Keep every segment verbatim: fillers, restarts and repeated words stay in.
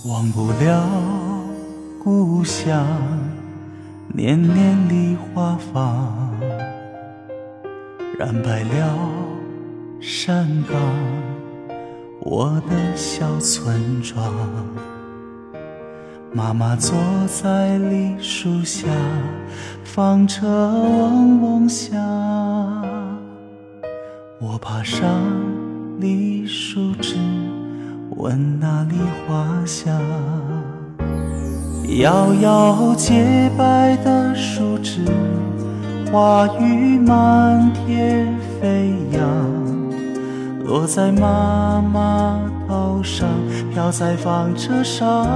忘不了故乡，年年梨花放，染白了山岗，我的小村庄。妈妈坐在梨树下，纺车嗡嗡响，我爬上梨树枝，闻那梨花香。摇摇洁白的树枝，花雨满天飞扬，落在妈妈头上，飘在纺车上，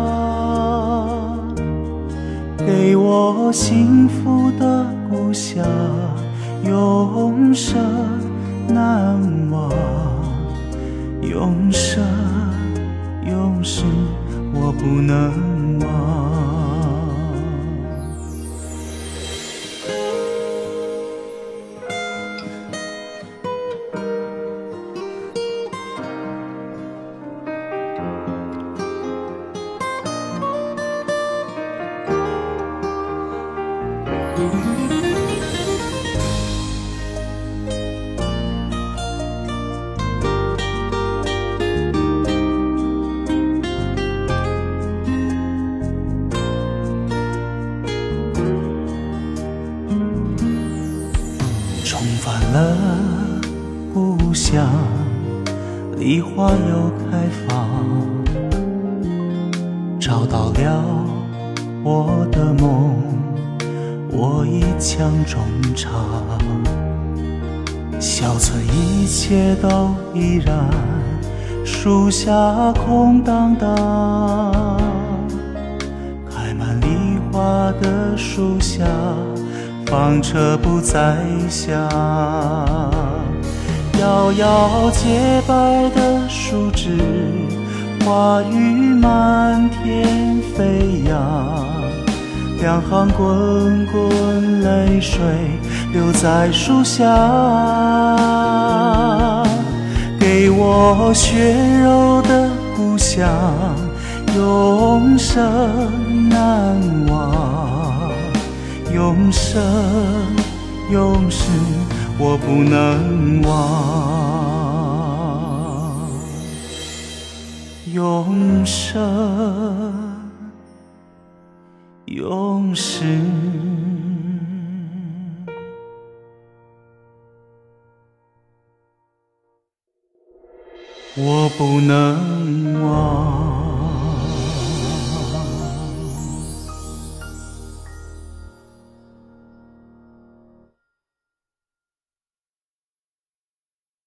给我幸福的故乡，永生难忘，永生永世我不能忘。重返了故乡，梨花又开放，找到了我的梦，我已强中唱。小村一切都依然，树下空荡荡，开满梨花的树下，纺车不再响。摇摇洁白的树枝，花雨满天飞扬，两行滚滚泪水流在树下，给我血肉的故乡，永生难忘，永生永世我不能忘，永生永世我不能忘。